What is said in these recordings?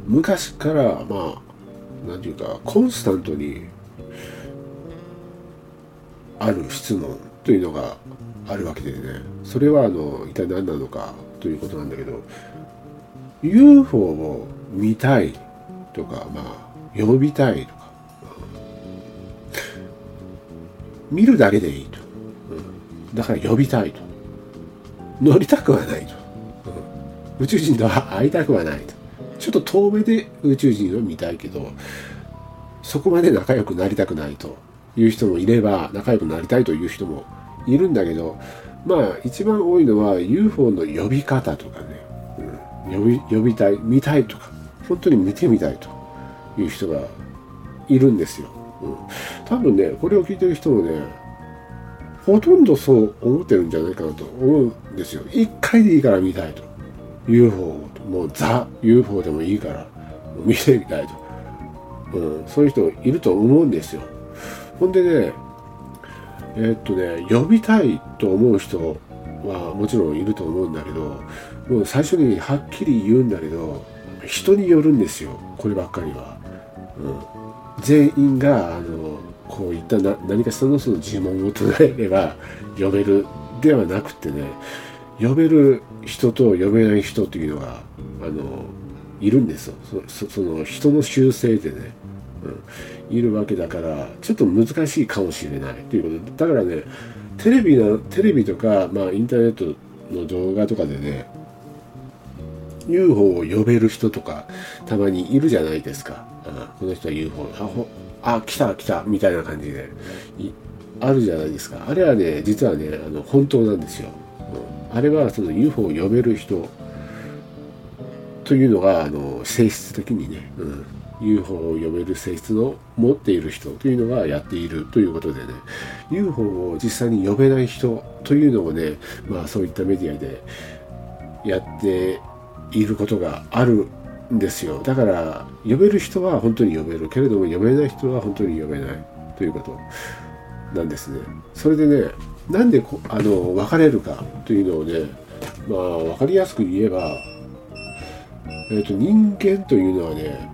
昔からなんていうかコンスタントにある質問というのがあるわけでね、それは一体何なのかということなんだけど、 UFO を見たいとか、呼びたいとか、見るだけでいいと、だから呼びたいと、乗りたくはないと、宇宙人とは会いたくはないと、ちょっと遠目で宇宙人を見たいけどそこまで仲良くなりたくないという人もいれば、仲良くなりたいという人もいるんだけど、一番多いのは UFO の呼び方とかね、呼びたい、見たいとか、本当に見てみたいという人がいるんですよ。多分ね、これを聞いてる人もね、ほとんどそう思ってるんじゃないかなと思うんですよ。一回でいいから見たいと。UFO、もうザ UFO でもいいから見てみたいと、そういう人いると思うんですよ。ほんでね、呼びたいと思う人はもちろんいると思うんだけど、もう最初にはっきり言うんだけど、人によるんですよ、こればっかりは。全員がこういった何かしらのその呪文を唱えれば呼べるではなくてね、呼べる人と呼べない人というのがいるんですよ。その人の習性でね、いるわけだから、ちょっと難しいかもしれないということで、だからね、テレビとか、インターネットの動画とかでね、UFO を呼べる人とかたまにいるじゃないですか。この人は UFO、来たみたいな感じであるじゃないですか。あれはね、実はね、本当なんですよ。あれはその UFO を呼べる人というのが性質的にね、UFO を呼べる性質の持っている人というのがやっているということでね、 UFO を実際に呼べない人というのをね、そういったメディアでやっていることがあるんですよ。だから呼べる人は本当に呼べるけれども、呼べない人は本当に呼べないということなんですね。それでね、なんで分かれるかというのをね、分かりやすく言えば、人間というのはね、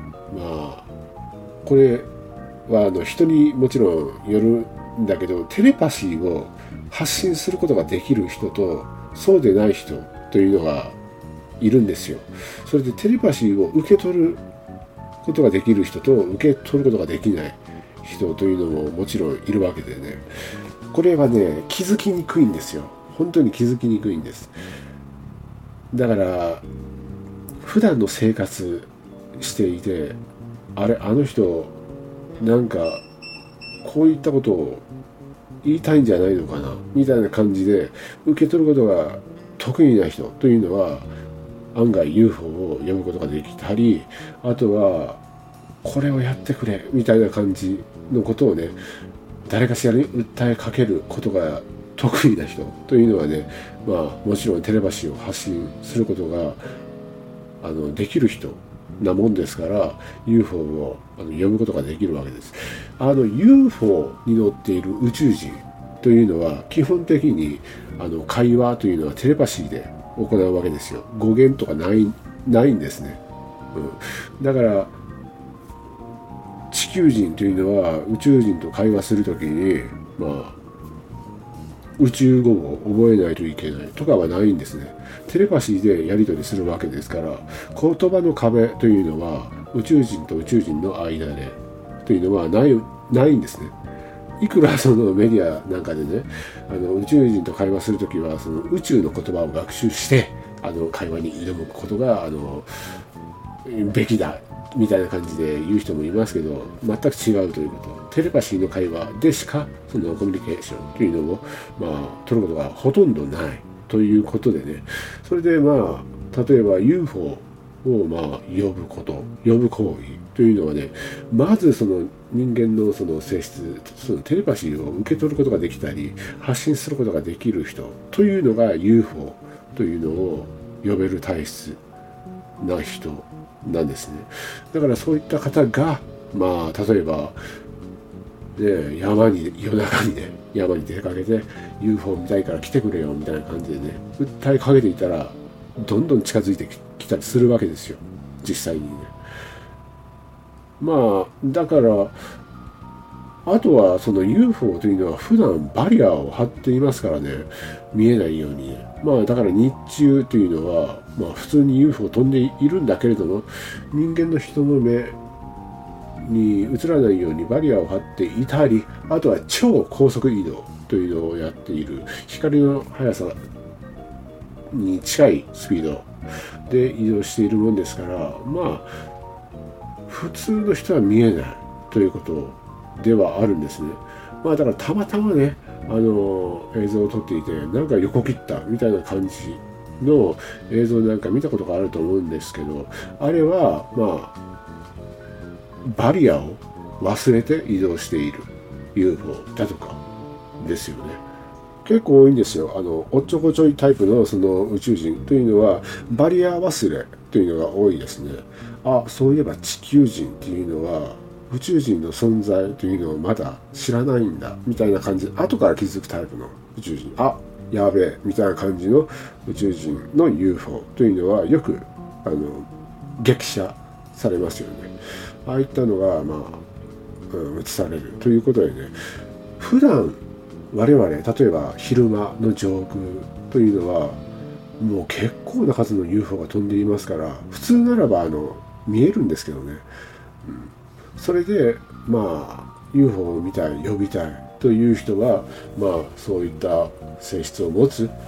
これは人にもちろんよるんだけど、テレパシーを発信することができる人とそうでない人というのがいるんですよ。それでテレパシーを受け取ることができる人と受け取ることができない人というのももちろんいるわけでね、これはね、気づきにくいんですよ。本当に気づきにくいんです。だから普段の生活していて、あの人なんかこういったことを言いたいんじゃないのかなみたいな感じで受け取ることが得意な人というのは案外 UFO を呼ぶことができたり、あとはこれをやってくれみたいな感じのことをね、誰かしらに訴えかけることが得意な人というのはね、もちろんテレパシーを発信することができる人なもんですから、 UFO を呼ぶことができるわけです。UFO に乗っている宇宙人というのは基本的に会話というのはテレパシーで行うわけですよ。語源とかないんですね。だから地球人というのは宇宙人と会話するときに宇宙語を覚えないといけないとかはないんですね。テレパシーでやり取りするわけですから、言葉の壁というのは宇宙人と宇宙人の間でというのはないんですね。いくらそのメディアなんかでね、宇宙人と会話するときはその宇宙の言葉を学習して会話に挑むことがべきだみたいな感じで言う人もいますけど、全く違うということ。テレパシーの会話でしかそのコミュニケーションというのを取ることがほとんどないということでね、それで例えば UFO を呼ぶ行為というのはね、まずその人間のその性質、そのテレパシーを受け取ることができたり発信することができる人というのが UFO というのを呼べる体質な人なんですね。だからそういった方が例えば夜中に山に出かけて UFO 見たいから来てくれよみたいな感じでね訴えかけていたら、どんどん近づいてきたりするわけですよ。 実際にね。まあだからあとはその UFO というのは普段バリアを張っていますからね、見えないようにね。まあだから日中というのは、まあ普通に UFO 飛んでいるんだけれども、人間の人の目に映らないようにバリアを張っていたり、あとは超高速移動というのをやっている、光の速さに近いスピードで移動しているもんですから、まあ普通の人は見えないということではあるんですね。まあだからたまたまね、映像を撮っていて、なんか横切ったみたいな感じの映像なんか見たことがあると思うんですけど、あれはまあバリアを忘れて移動している UFO だとかですよね。結構多いんですよ。おっちょこちょいタイプのその宇宙人というのはバリア忘れというのが多いですね。あ、そういえば地球人っていうのは宇宙人の存在というのをまだ知らないんだみたいな感じで、後から気づくタイプの宇宙人、あ、やべえみたいな感じの宇宙人の UFO というのはよく激写されますよね。ああいったのがまあ、映されるということでね、普段我々例えば昼間の上空というのはもう結構な数の UFO が飛んでいますから、普通ならば見えるんですけどね、それでまあ UFO を見たい、呼びたいという人はまあそういった性質を持つ、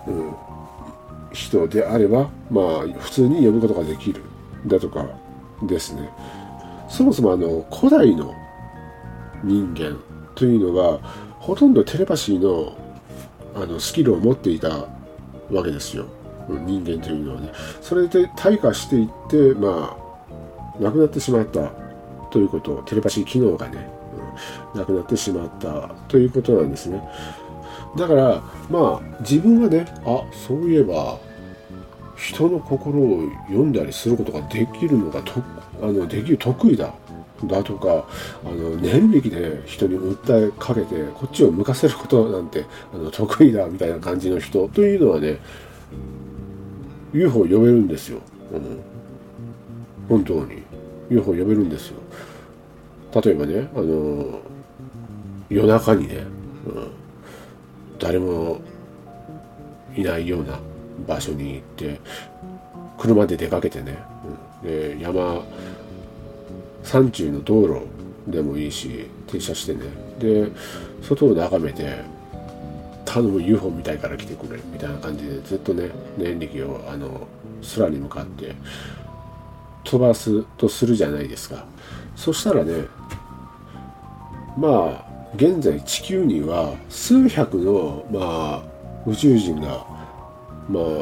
人であればまあ普通に呼ぶことができるだとかですね。そもそも古代の人間というのはほとんどテレパシーのスキルを持っていたわけですよ、人間というのはね。それで退化していってまあなくなってしまったということ、テレパシー機能がね、なくなってしまったということなんですね。だからまあ自分はね、あ、そういえば人の心を読んだりすることができるのができる得意だとか、念力で人に訴えかけてこっちを向かせることなんて得意だみたいな感じの人というのはね、 UFO 呼べるんですよ、本当に UFO 呼べるんですよ。例えばね、夜中にね、誰もいないような場所に行って車で出かけてね、で山中の道路でもいいし停車してね、で外を眺めて、頼む UFO みたいから来てくれみたいな感じでずっとね念力を空に向かって飛ばすとするじゃないですか。そしたらね、まあ現在地球には数百のまあ宇宙人がまあ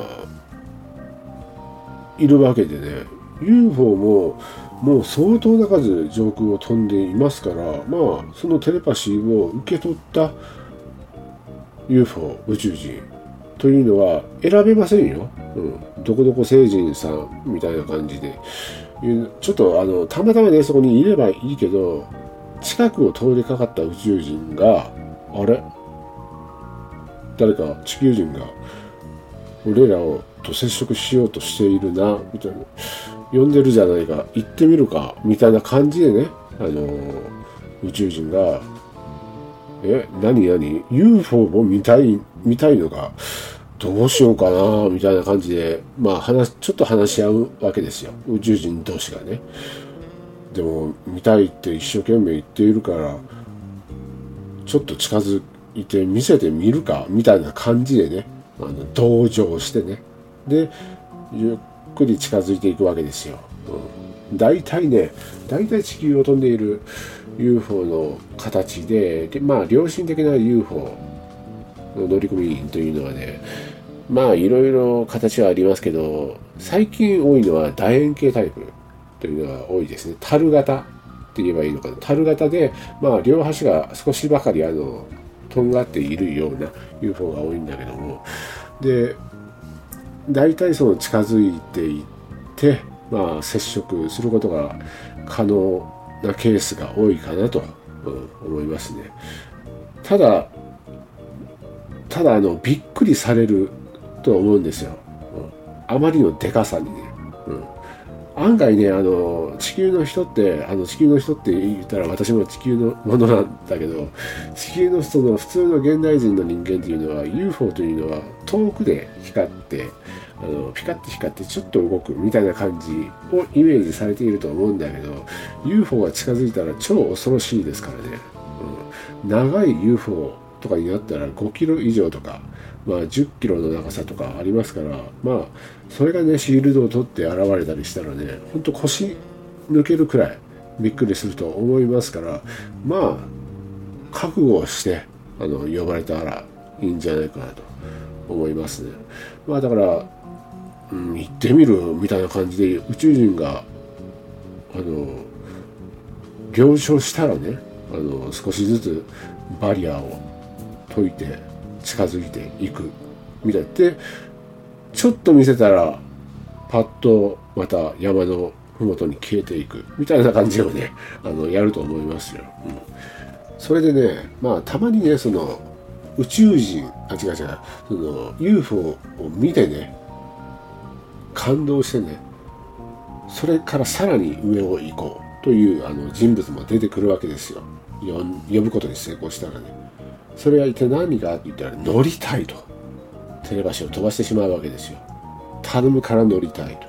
いるわけでね、 UFO ももう相当な数上空を飛んでいますから、まあそのテレパシーを受け取った UFO 宇宙人というのは選べませんよ、どこどこ星人さんみたいな感じで、ちょっとたまたまねそこにいればいいけど、近くを通りかかった宇宙人が、あれ、誰か地球人が俺らをと接触しようとしているなみたいな、呼んでるじゃないか、行ってみるかみたいな感じでね、宇宙人が何 UFO を見たいのか、どうしようかなみたいな感じでまあちょっと話し合うわけですよ、宇宙人同士がね。でも見たいって一生懸命言っているから、ちょっと近づいて見せてみるかみたいな感じでね、同情してね、でゆっくり近づいていくわけですよ。大体地球を飛んでいる UFO の形で、まあ良心的な UFO の乗組員というのはね、まあいろいろ形はありますけど、最近多いのは楕円形タイプというのが多いですね。樽型って言えばいいのかな。樽型で、まあ両端が少しばかりとんがっているような UFO が多いんだけども、で大体その近づいていってまあ接触することが可能なケースが多いかなと、思いますね。ただびっくりされると思うんですよ、あまりのでかさにね、 案外ね、地球の人って言ったら私も地球のものなんだけど、地球のその普通の現代人の人間っていうのは UFO というのは遠くで光ってピカッと光ってちょっと動くみたいな感じをイメージされていると思うんだけど、 UFO が近づいたら超恐ろしいですからね、長い UFO とかになったら5キロ以上とか、10キロの長さとかありますから、それがねシールドを取って現れたりしたらね、ほんと腰抜けるくらいびっくりすると思いますから、覚悟をして呼ばれたらいいんじゃないかなと思いますね。だから行ってみるみたいな感じで宇宙人が了承したらね、少しずつバリアを解いて近づいていくみたいで、ちょっと見せたらパッとまた山の麓に消えていくみたいな感じをねやると思いますよ、それでね、たまにねその宇宙人その UFO を見てね感動してね、それからさらに上を行こうという人物も出てくるわけですよ。呼ぶことに成功したらね、それは一体何かって言ったら乗りたいと、テレパシーを飛ばしてしまうわけですよ。頼むから乗りたいと、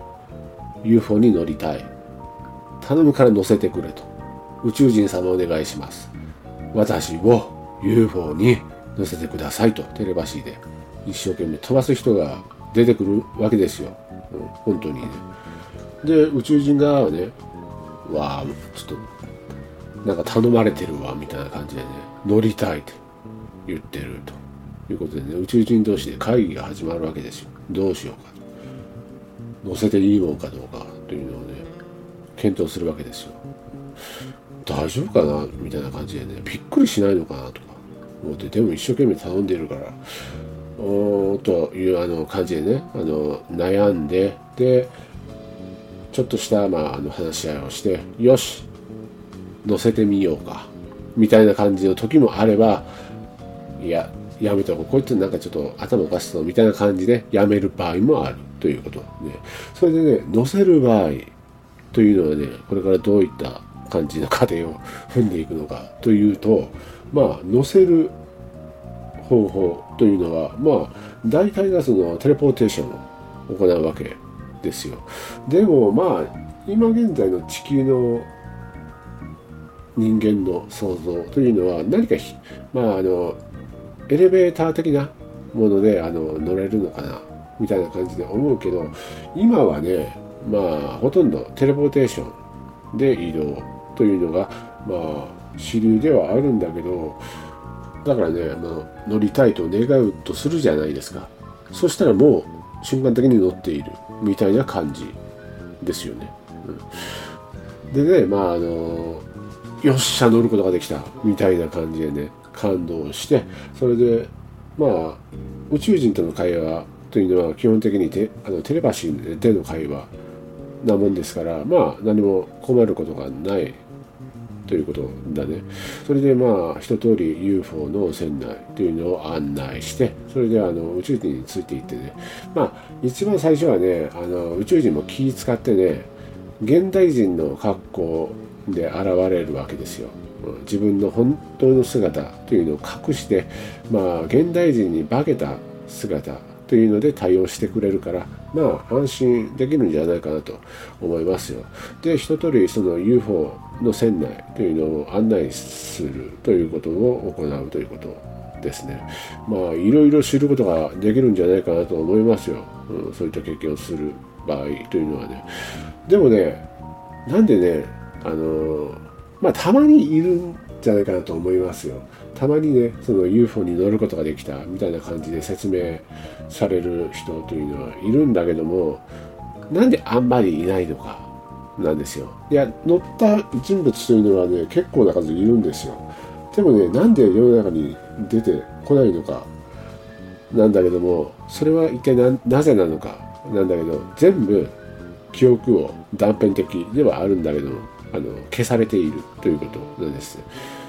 UFO に乗りたい、頼むから乗せてくれと、宇宙人様お願いします、私を UFO に乗せてくださいとテレパシーで一生懸命飛ばす人が出てくるわけですよ、本当にね。で宇宙人側はね、ちょっとなんか頼まれてるわみたいな感じでね、乗りたいって言ってるということでね、宇宙人同士で会議が始まるわけですよ。どうしようかと、乗せていいもんかどうかというのをね検討するわけですよ。大丈夫かなみたいな感じでね、びっくりしないのかなとか思って、でも一生懸命頼んでいるからという感じでね悩んで、でちょっとした話し合いをして、よし乗せてみようかみたいな感じの時もあれば、いややめとこう、こいつなんかちょっと頭おかしそうみたいな感じでやめる場合もあるということね。それでね乗せる場合というのはね、これからどういった感じの過程を踏んでいくのかというと、乗せる方法というのは大体がそのテレポーテーションを行うわけですよ。でも今現在の地球の人間の想像というのは何かエレベーター的なもので乗れるのかなみたいな感じで思うけど、今はねほとんどテレポーテーションで移動というのが主流ではあるんだけど、だからね乗りたいと願うとするじゃないですか。そしたらもう瞬間的に乗っているみたいな感じですよね、でねよっしゃ乗ることができたみたいな感じでね感動して、それで宇宙人との会話というのは基本的にテレパシーでの会話なもんですから、何も困ることがないということだね。それで一通り UFO の船内というのを案内して、それで宇宙人についていってね、一番最初はね宇宙人も気使ってね現代人の格好で現れるわけですよ。自分の本当の姿というのを隠して、現代人に化けた姿というので対応してくれるから、安心できるんじゃないかなと思いますよ。で一通りその UFO の船内というのを案内するということを行うということですね。いろいろ知ることができるんじゃないかなと思いますよ、そういった経験をする場合というのはね。でもねなんでねたまにいるんじゃないかなと思いますよ。たまにねその UFO に乗ることができたみたいな感じで説明される人というのはいるんだけども、なんであんまりいないのかなんですよ。いや乗った人物というのはね結構な数いるんですよ。でもねなんで世の中に出てこないのかなんだけども、それは一体なぜなのかなんだけど、全部記憶を断片的ではあるんだけども消されているということなんです。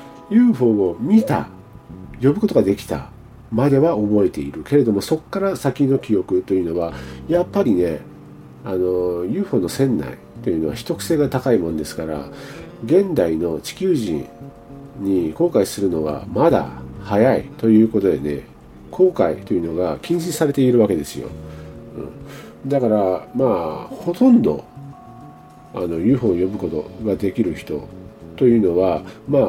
UFO を見た、呼ぶことができたまでは覚えているけれども、そこから先の記憶というのはやっぱりね UFO の船内というのは秘匿性が高いもんですから、現代の地球人に公開するのはまだ早いということでね、公開というのが禁止されているわけですよ。だからほとんどUFO を呼ぶことができる人というのは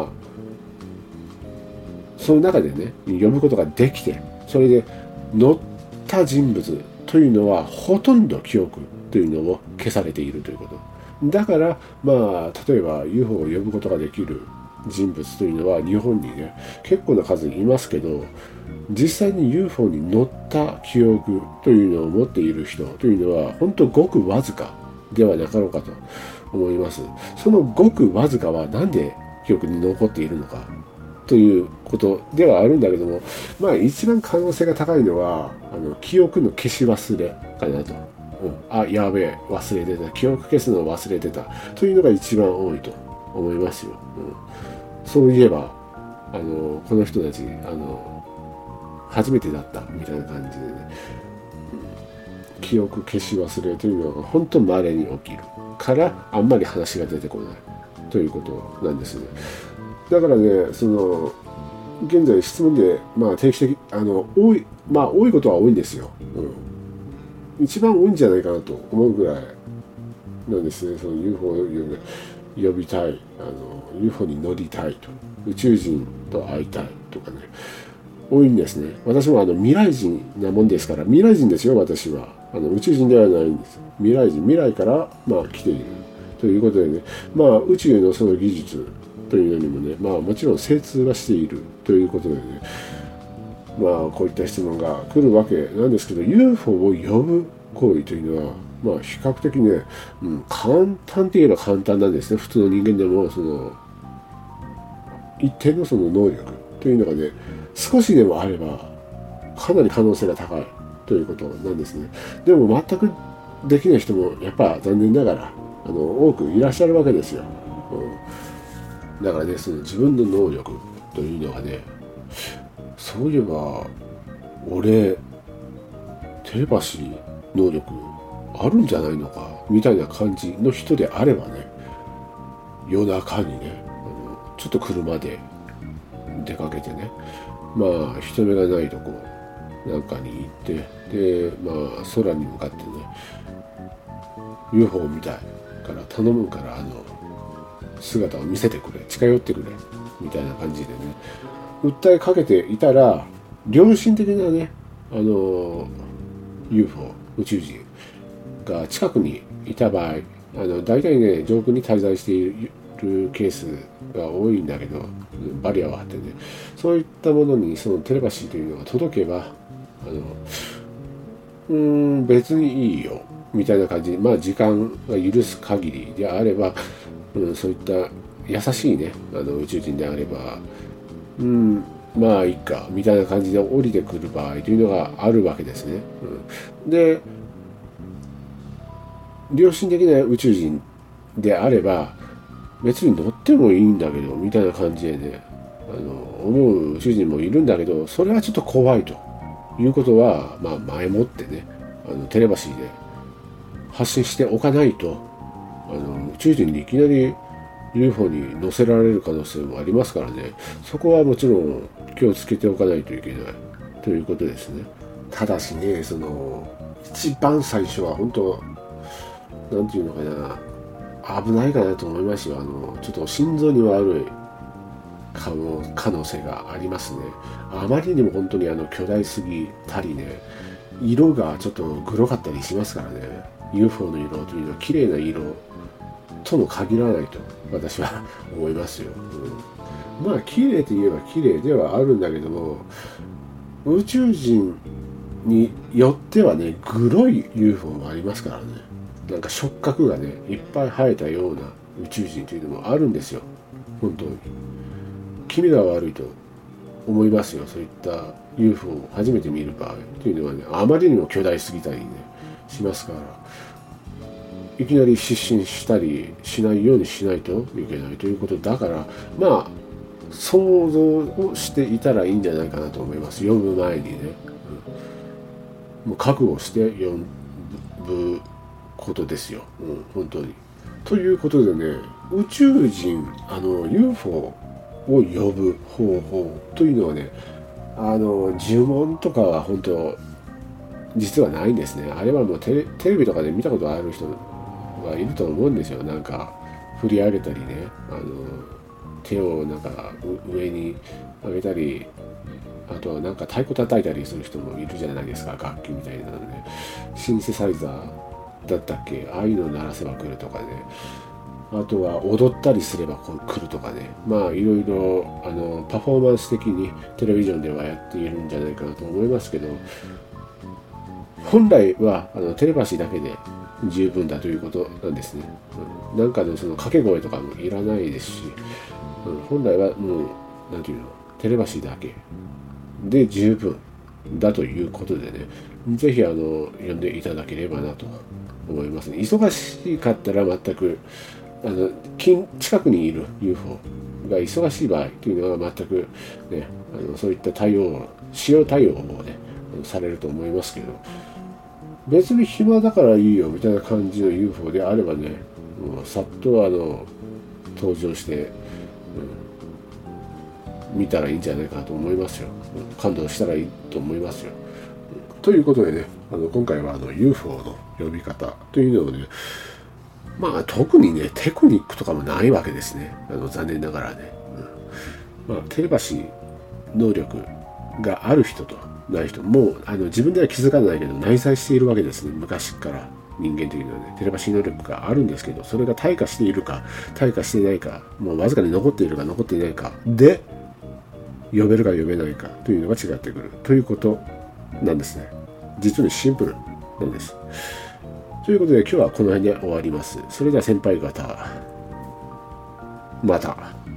その中でね呼ぶことができて、それで乗った人物というのはほとんど記憶というのを消されているということ。だから例えば UFO を呼ぶことができる人物というのは日本にね結構な数いますけど、実際に UFO に乗った記憶というのを持っている人というのは本当ごくわずかではなかろうかと思います。そのごくわずかはなんで記憶に残っているのかということではあるんだけども、一番可能性が高いのは記憶の消し忘れかなと。やべえ忘れてた、記憶消すのを忘れてたというのが一番多いと思いますよ。そういえばこの人たち初めてだったみたいな感じでね、記憶消し忘れというのは本当稀に起きるからあんまり話が出てこないということなんですね。だからね現在質問で定期的多いことは多いんですよ。一番多いんじゃないかなと思うぐらいなんですね。その UFO を呼びたい、UFO に乗りたいと、宇宙人と会いたいとかね、多いんですね。私も未来人なもんですから、未来人ですよ私は。宇宙人ではないんです。未来人、未来から来ているということでね、宇宙のその技術というのにもね、もちろん精通はしているということでね、こういった質問が来るわけなんですけど、 UFO を呼ぶ行為というのは比較的ね、簡単といえば簡単なんですね。普通の人間でも一定のその能力というのがね少しでもあればかなり可能性が高いということなんですね。でも全くできない人もやっぱ残念ながら多くいらっしゃるわけですよ。だからね、その自分の能力というのはね、そういえば俺テレパシー能力あるんじゃないのかみたいな感じの人であればね、夜中にねちょっと車で出かけてね、人目がないとこなんかに行ってで空に向かってね UFO を見たいから頼むから姿を見せてくれ、近寄ってくれみたいな感じでね訴えかけていたら、良心的なねUFO 宇宙人が近くにいた場合、大体ね上空に滞在しているケースが多いんだけど、バリアを張ってね、そういったものにそのテレパシーというのが届けば別にいいよみたいな感じで、時間が許す限りであれば、そういった優しいね宇宙人であればいいかみたいな感じで降りてくる場合というのがあるわけですね。で良心的な宇宙人であれば別に乗ってもいいんだけどみたいな感じでね思う宇宙人もいるんだけど、それはちょっと怖いということは前もってねテレパシーで発信しておかないと宇宙人にいきなり UFO に乗せられる可能性もありますからね、そこはもちろん気をつけておかないといけないということですね。ただしね、一番最初は本当なんていうのかな、危ないかなと思いますよ。ちょっと心臓に悪い可能性がありますね。あまりにも本当に巨大すぎたりね、色がちょっとグロかったりしますからね。 UFO の色というのは綺麗な色とも限らないと私は思いますよ。綺麗といえば綺麗ではあるんだけども、宇宙人によってはねグロい UFO もありますからね。なんか触覚がねいっぱい生えたような宇宙人というのもあるんですよ。本当に気味が悪いと思いますよ。そういった UFO を初めて見る場合というのはね、あまりにも巨大すぎたりねしますから、いきなり失神したりしないようにしないといけないということだから、想像をしていたらいいんじゃないかなと思います。読む前にね、もう覚悟して読むこことですよ、本当に。ということでね、宇宙人UFO を呼ぶ方法というのはね、呪文とかは本当実はないんですね。あれはもうテレビとかで見たことある人はいると思うんですよ。なんか振り上げたりね、手をなんか上に上げたり、あとなんか太鼓叩いたりする人もいるじゃないですか、楽器みたいなので、シンセサイザーだったっけ、ああいうのを鳴らせば来るとかね、あとは踊ったりすれば来るとかね、まあいろいろパフォーマンス的にテレビジョンではやっているんじゃないかなと思いますけど、本来はテレパシーだけで十分だということなんですね。なんかのその掛け声とかもいらないですし、本来はもうなんていうの、テレパシーだけで十分だということでね、ぜひ呼んでいただければなと思いますね。忙しかったら全く近くにいる UFO が忙しい場合というのは全くね、そういった使用対応をねされると思いますけど、別に暇だからいいよみたいな感じの UFO であればね、もうさっと登場して、見たらいいんじゃないかなと思いますよ。感動したらいいと思いますよ。ということでね、今回はUFO の呼び方というのをね、まあ特にねテクニックとかもないわけですね。残念ながらね、まあテレパシー能力がある人とない人も自分では気づかないけど内在しているわけですね。昔から人間というのはね、テレパシー能力があるんですけど、それが退化しているか退化していないか、もうわずかに残っているか残っていないかで呼べるか呼べないかというのが違ってくるということなんですね。実にシンプルなんです。ということで今日はこの辺で終わります。それでは先輩方、また。